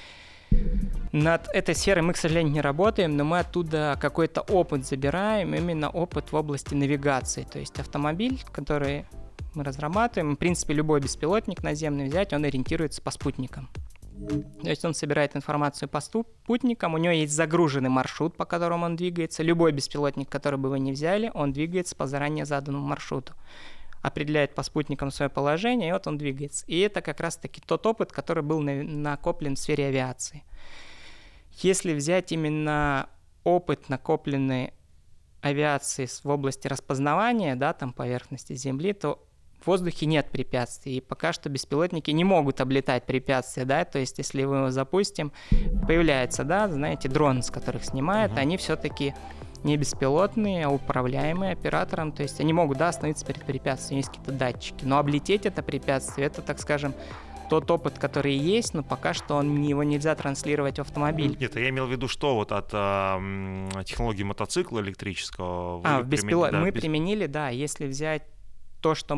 [SPEAKER 2] Над этой сферой мы, к сожалению, не работаем, но мы оттуда какой-то опыт забираем, именно опыт в области навигации. То есть автомобиль, который мы разрабатываем, в принципе, любой беспилотник наземный взять, он ориентируется по спутникам. То есть он собирает информацию по спутникам, у него есть загруженный маршрут, по которому он двигается. Любой беспилотник, который бы вы ни взяли, он двигается по заранее заданному маршруту. Определяет по спутникам свое положение, и вот он двигается. И это как раз-таки тот опыт, который был накоплен в сфере авиации. Если взять именно опыт, накопленный авиацией в области распознавания, да, там поверхности Земли, то в воздухе нет препятствий. И пока что беспилотники не могут облетать препятствия, да, то есть если мы его запустим, появляется, да, знаете, дрон, с которых снимают, они все-таки не беспилотные, а управляемые оператором, то есть они могут, да, остановиться перед препятствием, есть какие-то датчики, но облететь это препятствие, это, так скажем, тот опыт, который есть, но пока что его нельзя транслировать в автомобиль.
[SPEAKER 1] Нет, я имел в виду, что вот от технологии мотоцикла электрического...
[SPEAKER 2] Мы применили, да, если взять то, что мы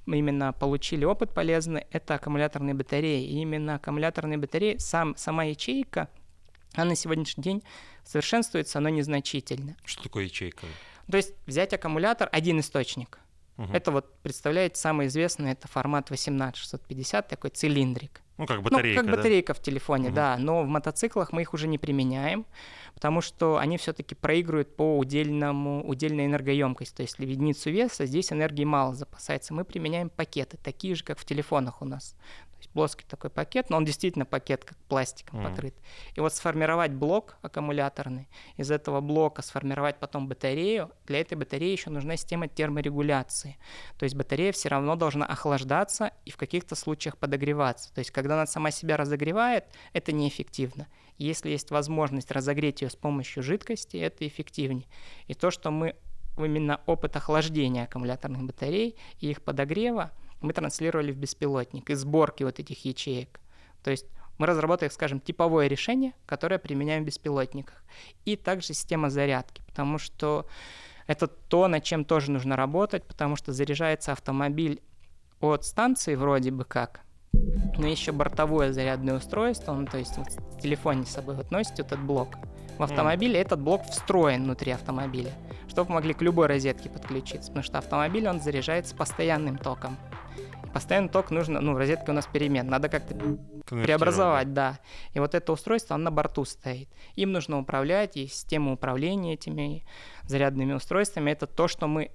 [SPEAKER 2] именно получили опыт полезный, это аккумуляторные батареи. И именно аккумуляторные батареи, сама ячейка, она на сегодняшний день совершенствуется, но незначительно.
[SPEAKER 1] Что такое ячейка?
[SPEAKER 2] То есть взять аккумулятор, один источник. Это вот, представляете, самый известный, это формат 18650, такой цилиндрик.
[SPEAKER 1] Ну, как батарейка,
[SPEAKER 2] как батарейка в телефоне, да. Но в мотоциклах мы их уже не применяем, потому что они все-таки проигрывают по удельной энергоемкости. То есть, если в единицу веса, здесь энергии мало запасается. Мы применяем пакеты, такие же, как в телефонах у нас. То есть плоский такой пакет, но он действительно пакет, как пластиком покрыт. И вот сформировать блок аккумуляторный, из этого блока сформировать потом батарею, для этой батареи еще нужна система терморегуляции. То есть батарея все равно должна охлаждаться и в каких-то случаях подогреваться. То есть когда она сама себя разогревает, это неэффективно. Если есть возможность разогреть ее с помощью жидкости, это эффективнее. И то, что мы именно опыт охлаждения аккумуляторных батарей и их подогрева мы транслировали в беспилотник и сборки вот этих ячеек. То есть мы разработали, скажем, типовое решение, которое применяем в беспилотниках. И также система зарядки, потому что это то, над чем тоже нужно работать, потому что заряжается автомобиль от станции вроде бы как, но еще бортовое зарядное устройство, то есть вот в телефоне с собой вот носите этот блок. В автомобиле этот блок встроен внутри автомобиля, чтобы могли к любой розетке подключиться, потому что автомобиль, он заряжается постоянным током. И постоянный ток нужно, розетка у нас перемен, надо как-то преобразовать, да. И вот это устройство, оно на борту стоит. Им нужно управлять, и система управления этими зарядными устройствами, это то, что мы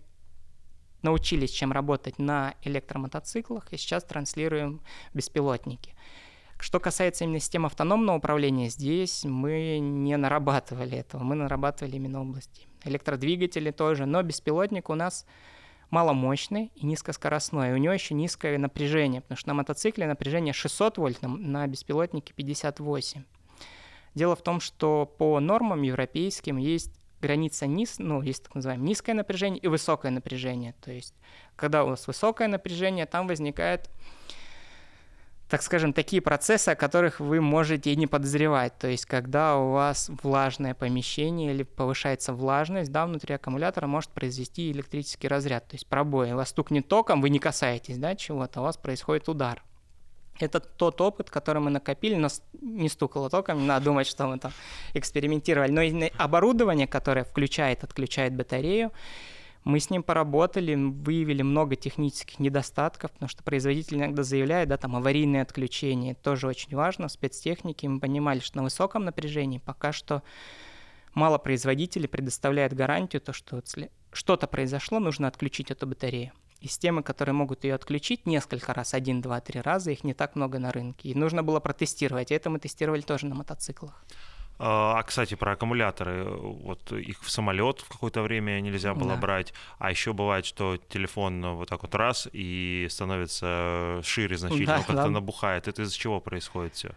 [SPEAKER 2] научились чем работать на электромотоциклах и сейчас транслируем беспилотники. Что касается именно системы автономного управления, здесь мы не нарабатывали этого, мы нарабатывали именно области электродвигатели тоже, но беспилотник у нас маломощный и низкоскоростной, и у него еще низкое напряжение, потому что на мотоцикле напряжение 600 вольт, на беспилотнике 58. Дело в том, что по нормам европейским есть граница есть так называемое низкое напряжение и высокое напряжение. То есть, когда у вас высокое напряжение, там возникают, так скажем, такие процессы, о которых вы можете и не подозревать. То есть, когда у вас влажное помещение или повышается влажность, внутри аккумулятора может произвести электрический разряд, то есть пробой. У вас стукнет током, вы не касаетесь, чего-то, у вас происходит удар. Это тот опыт, который мы накопили, нас не стукало током, не надо думать, что мы там экспериментировали. Но оборудование, которое отключает батарею, мы с ним поработали, выявили много технических недостатков, потому что производитель иногда заявляет, аварийное отключение. Это тоже очень важно. В спецтехнике мы понимали, что на высоком напряжении пока что мало производителей предоставляет гарантию, то, что что-то произошло, нужно отключить эту батарею. И системы, которые могут ее отключить несколько раз, 1, 2, 3 раза, их не так много на рынке. И нужно было протестировать. И это мы тестировали тоже на мотоциклах.
[SPEAKER 1] Кстати, про аккумуляторы. Вот их в самолет в какое-то время нельзя было брать. А еще бывает, что телефон вот так вот раз и становится шире значительно, как-то набухает. Это из-за чего происходит все?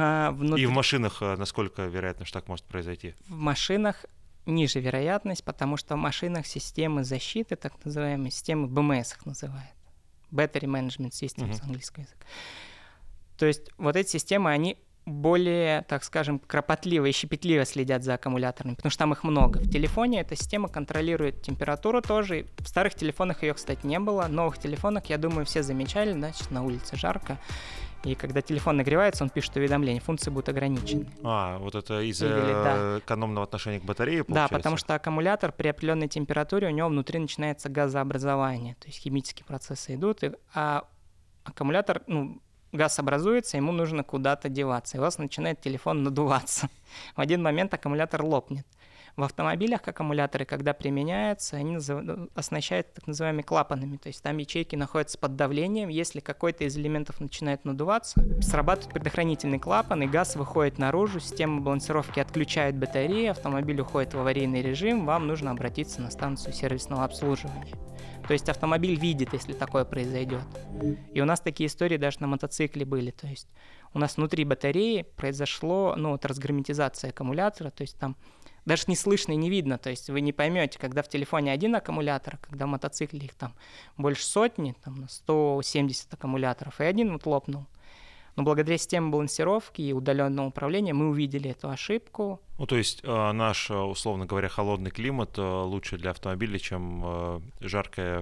[SPEAKER 1] И в машинах насколько вероятно, что так может произойти?
[SPEAKER 2] В машинах ниже вероятность, потому что в машинах системы защиты, так называемые, системы БМС их называют. Battery Management Systems с английского языка. То есть вот эти системы, они более, так скажем, кропотливо и щепетливо следят за аккумуляторами, потому что там их много. В телефоне эта система контролирует температуру тоже. В старых телефонах ее, кстати, не было. В новых телефонах, я думаю, все замечали, сейчас на улице жарко. И когда телефон нагревается, он пишет уведомление, функции будут ограничены.
[SPEAKER 1] Вот это из-за экономного отношения к батарее, получается? Да,
[SPEAKER 2] потому что аккумулятор при определенной температуре, у него внутри начинается газообразование, то есть химические процессы идут, а аккумулятор, газ образуется, ему нужно куда-то деваться, и у вас начинает телефон надуваться. В один момент аккумулятор лопнет. В автомобилях аккумуляторы, когда применяются, они оснащают так называемыми клапанами, то есть там ячейки находятся под давлением, если какой-то из элементов начинает надуваться, срабатывает предохранительный клапан, и газ выходит наружу, система балансировки отключает батареи, автомобиль уходит в аварийный режим, вам нужно обратиться на станцию сервисного обслуживания. То есть автомобиль видит, если такое произойдет. И у нас такие истории даже на мотоцикле были, то есть у нас внутри батареи произошло разгерметизация аккумулятора, то есть там даже не слышно и не видно, то есть вы не поймете, когда в телефоне один аккумулятор, когда в мотоцикле их там больше сотни, там 170 аккумуляторов, и один лопнул. Но благодаря системе балансировки и удаленного управления мы увидели эту ошибку.
[SPEAKER 1] То есть наш, условно говоря, холодный климат лучше для автомобиля, чем жаркое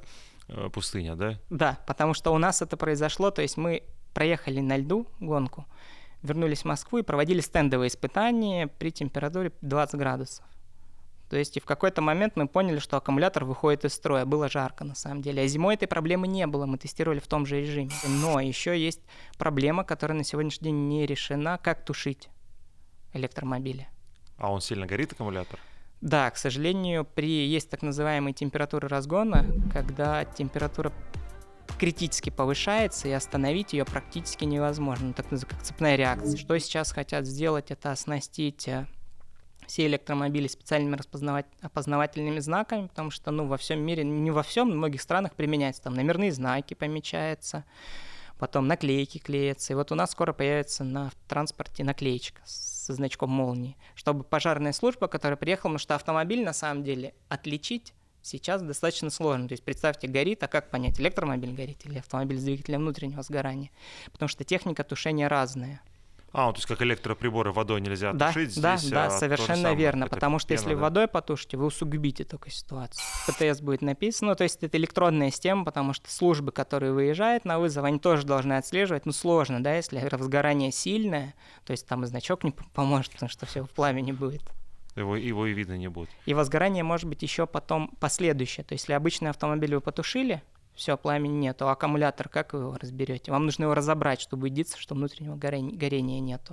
[SPEAKER 1] пустыня, да?
[SPEAKER 2] Да, потому что у нас это произошло, то есть мы проехали на льду гонку, вернулись в Москву и проводили стендовые испытания при температуре 20 градусов. То есть и в какой-то момент мы поняли, что аккумулятор выходит из строя. Было жарко на самом деле. А зимой этой проблемы не было, мы тестировали в том же режиме. Но еще есть проблема, которая на сегодняшний день не решена, как тушить электромобили.
[SPEAKER 1] А он сильно горит, аккумулятор?
[SPEAKER 2] Да, к сожалению, есть так называемые температуры разгона, когда температура критически повышается, и остановить ее практически невозможно, так называемая как цепная реакция. Что сейчас хотят сделать, это оснастить все электромобили специальными опознавательными знаками, потому что во всем мире, не во всем, в многих странах применяются, там номерные знаки помечаются, потом наклейки клеятся. И вот у нас скоро появится на транспорте наклеечка со значком молнии, чтобы пожарная служба, которая приехала, потому что автомобиль на самом деле отличить сейчас достаточно сложно. То есть представьте, горит, а как понять, электромобиль горит или автомобиль с двигателем внутреннего сгорания? Потому что техника тушения разная.
[SPEAKER 1] То есть как электроприборы водой нельзя тушить здесь?
[SPEAKER 2] Да, совершенно верно, потому что
[SPEAKER 1] пена,
[SPEAKER 2] если водой потушите, вы усугубите только ситуацию. В ПТС будет написано, то есть это электронная система, потому что службы, которые выезжают на вызов, они тоже должны отслеживать, сложно, да, если возгорание сильное, то есть там и значок не поможет, потому что все в пламени будет.
[SPEAKER 1] Его и видно не будет.
[SPEAKER 2] И возгорание может быть еще потом последующее, то есть если обычный автомобиль вы потушили, все, пламени нету, а аккумулятор, как вы его разберете? Вам нужно его разобрать, чтобы убедиться, что внутреннего горения нету.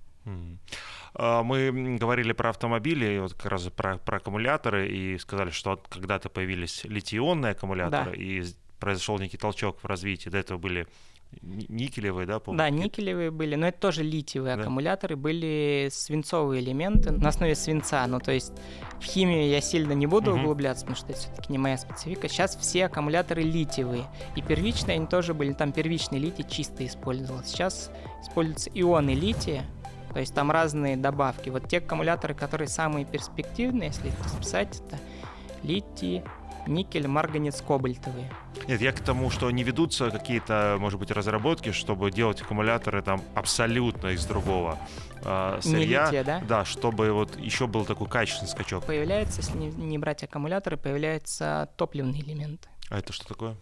[SPEAKER 1] Мы говорили про автомобили, вот как раз про аккумуляторы, и сказали, что когда-то появились литий-ионные аккумуляторы, да. И произошел некий толчок в развитии. До этого были никелевые, да, помните?
[SPEAKER 2] Да, никелевые были, но это тоже литиевые аккумуляторы, были свинцовые элементы на основе свинца, то есть в химию я сильно не буду углубляться, потому что это все-таки не моя специфика. Сейчас все аккумуляторы литиевые, и первичные они тоже были, там первичный литий чисто использовался. Сейчас используются ионы лития, то есть там разные добавки. Вот те аккумуляторы, которые самые перспективные, если их расписать, это литий, никель, марганец, кобальтовые.
[SPEAKER 1] Нет, я к тому, что не ведутся какие-то, может быть, разработки, чтобы делать аккумуляторы там абсолютно из другого сырья.
[SPEAKER 2] Не лития, да?
[SPEAKER 1] Да, чтобы вот еще был такой качественный скачок.
[SPEAKER 2] Появляется, если не брать аккумуляторы, появляются топливные элементы.
[SPEAKER 1] А это что такое?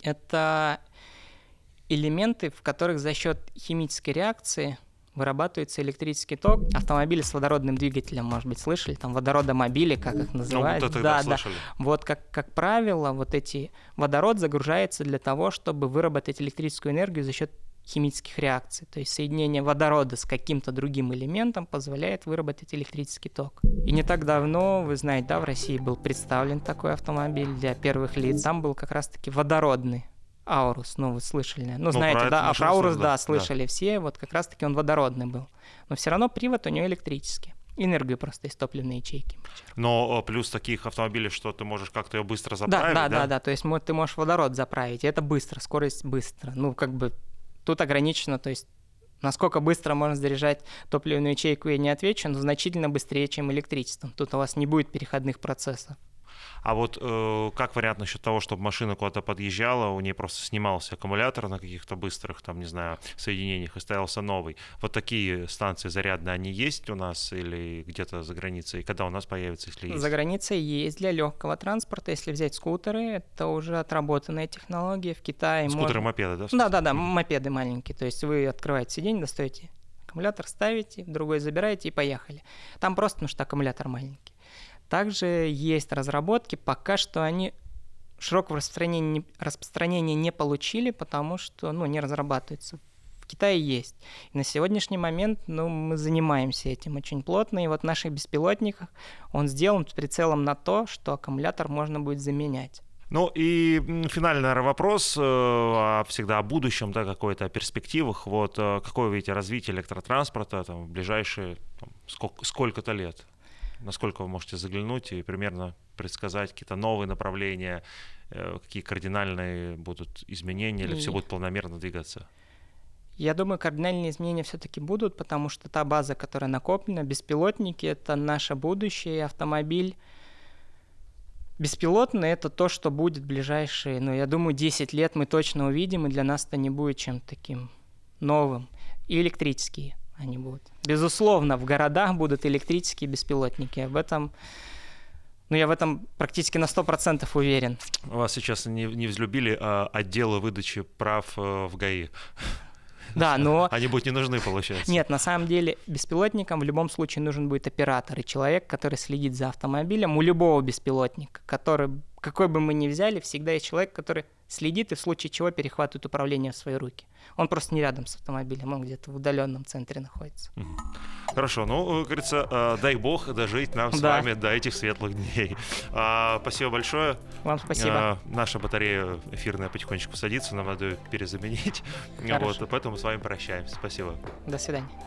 [SPEAKER 2] Это элементы, в которых за счет химической реакции вырабатывается электрический ток. Автомобили с водородным двигателем, может быть, слышали, там водородомобили, как их называют.
[SPEAKER 1] Вот это да, слышали.
[SPEAKER 2] Вот как правило, вот эти водород загружается для того, чтобы выработать электрическую энергию за счет химических реакций. То есть соединение водорода с каким-то другим элементом позволяет выработать электрический ток. И не так давно, вы знаете, да, в России был представлен такой автомобиль для первых лиц. Там был как раз-таки водородный Аурус, вы слышали, знаете, да, про Аурус, да, слышали все, вот как раз-таки он водородный был, но все равно привод у него электрический, энергию просто из топливной ячейки.
[SPEAKER 1] Но плюс таких автомобилей, что ты можешь как-то ее быстро заправить,
[SPEAKER 2] да, то есть ты можешь водород заправить, и это быстро, скорость быстро, тут ограничено, то есть насколько быстро можно заряжать топливную ячейку, я не отвечу, но значительно быстрее, чем электричеством, тут у вас не будет переходных процессов.
[SPEAKER 1] А вот как вариант насчет того, чтобы машина куда-то подъезжала, у нее просто снимался аккумулятор на каких-то быстрых, соединениях и ставился новый. Вот такие станции зарядные, они есть у нас или где-то за границей? И когда у нас появится, если есть?
[SPEAKER 2] За границей есть для легкого транспорта. Если взять скутеры, это уже отработанная технология. В Китае
[SPEAKER 1] скутеры, мопеды, да?
[SPEAKER 2] Да, мопеды маленькие. То есть вы открываете сиденье, достаете аккумулятор, ставите, другой забираете и поехали. Там просто потому что аккумулятор маленький. Также есть разработки, пока что они широкого распространения не получили, потому что не разрабатываются. В Китае есть. И на сегодняшний момент мы занимаемся этим очень плотно. И вот в наших беспилотниках он сделан с прицелом на то, что аккумулятор можно будет заменять.
[SPEAKER 1] И финальный, наверное, вопрос всегда о будущем, да, какой-то о перспективах. Вот какое вы видите развитие электротранспорта в ближайшие сколько-то лет? Насколько вы можете заглянуть и примерно предсказать какие-то новые направления, какие кардинальные будут изменения, или все будет планомерно двигаться?
[SPEAKER 2] Я думаю, кардинальные изменения все-таки будут, потому что та база, которая накоплена, беспилотники — это наше будущее, и автомобиль беспилотный — это то, что будет в ближайшие, я думаю, 10 лет мы точно увидим, и для нас это не будет чем-то таким новым. И электрические они будут. Безусловно, в городах будут электрические беспилотники. Об этом, Ну, я в этом практически на 100% уверен.
[SPEAKER 1] Вас сейчас не взлюбили отделы выдачи прав в ГАИ?
[SPEAKER 2] Да, но...
[SPEAKER 1] Они будут не нужны, получается.
[SPEAKER 2] Нет, на самом деле беспилотникам в любом случае нужен будет оператор и человек, который следит за автомобилем. У любого беспилотника, какой бы мы ни взяли, всегда есть человек, который следит и в случае чего перехватывает управление в свои руки. Он просто не рядом с автомобилем, он где-то в удаленном центре находится.
[SPEAKER 1] Хорошо, ну, как говорится, дай бог дожить нам с вами до этих светлых дней. Спасибо большое.
[SPEAKER 2] Вам спасибо.
[SPEAKER 1] Наша батарея эфирная потихонечку садится, нам надо ее перезаменить. Вот, поэтому с вами прощаемся. Спасибо.
[SPEAKER 2] До свидания.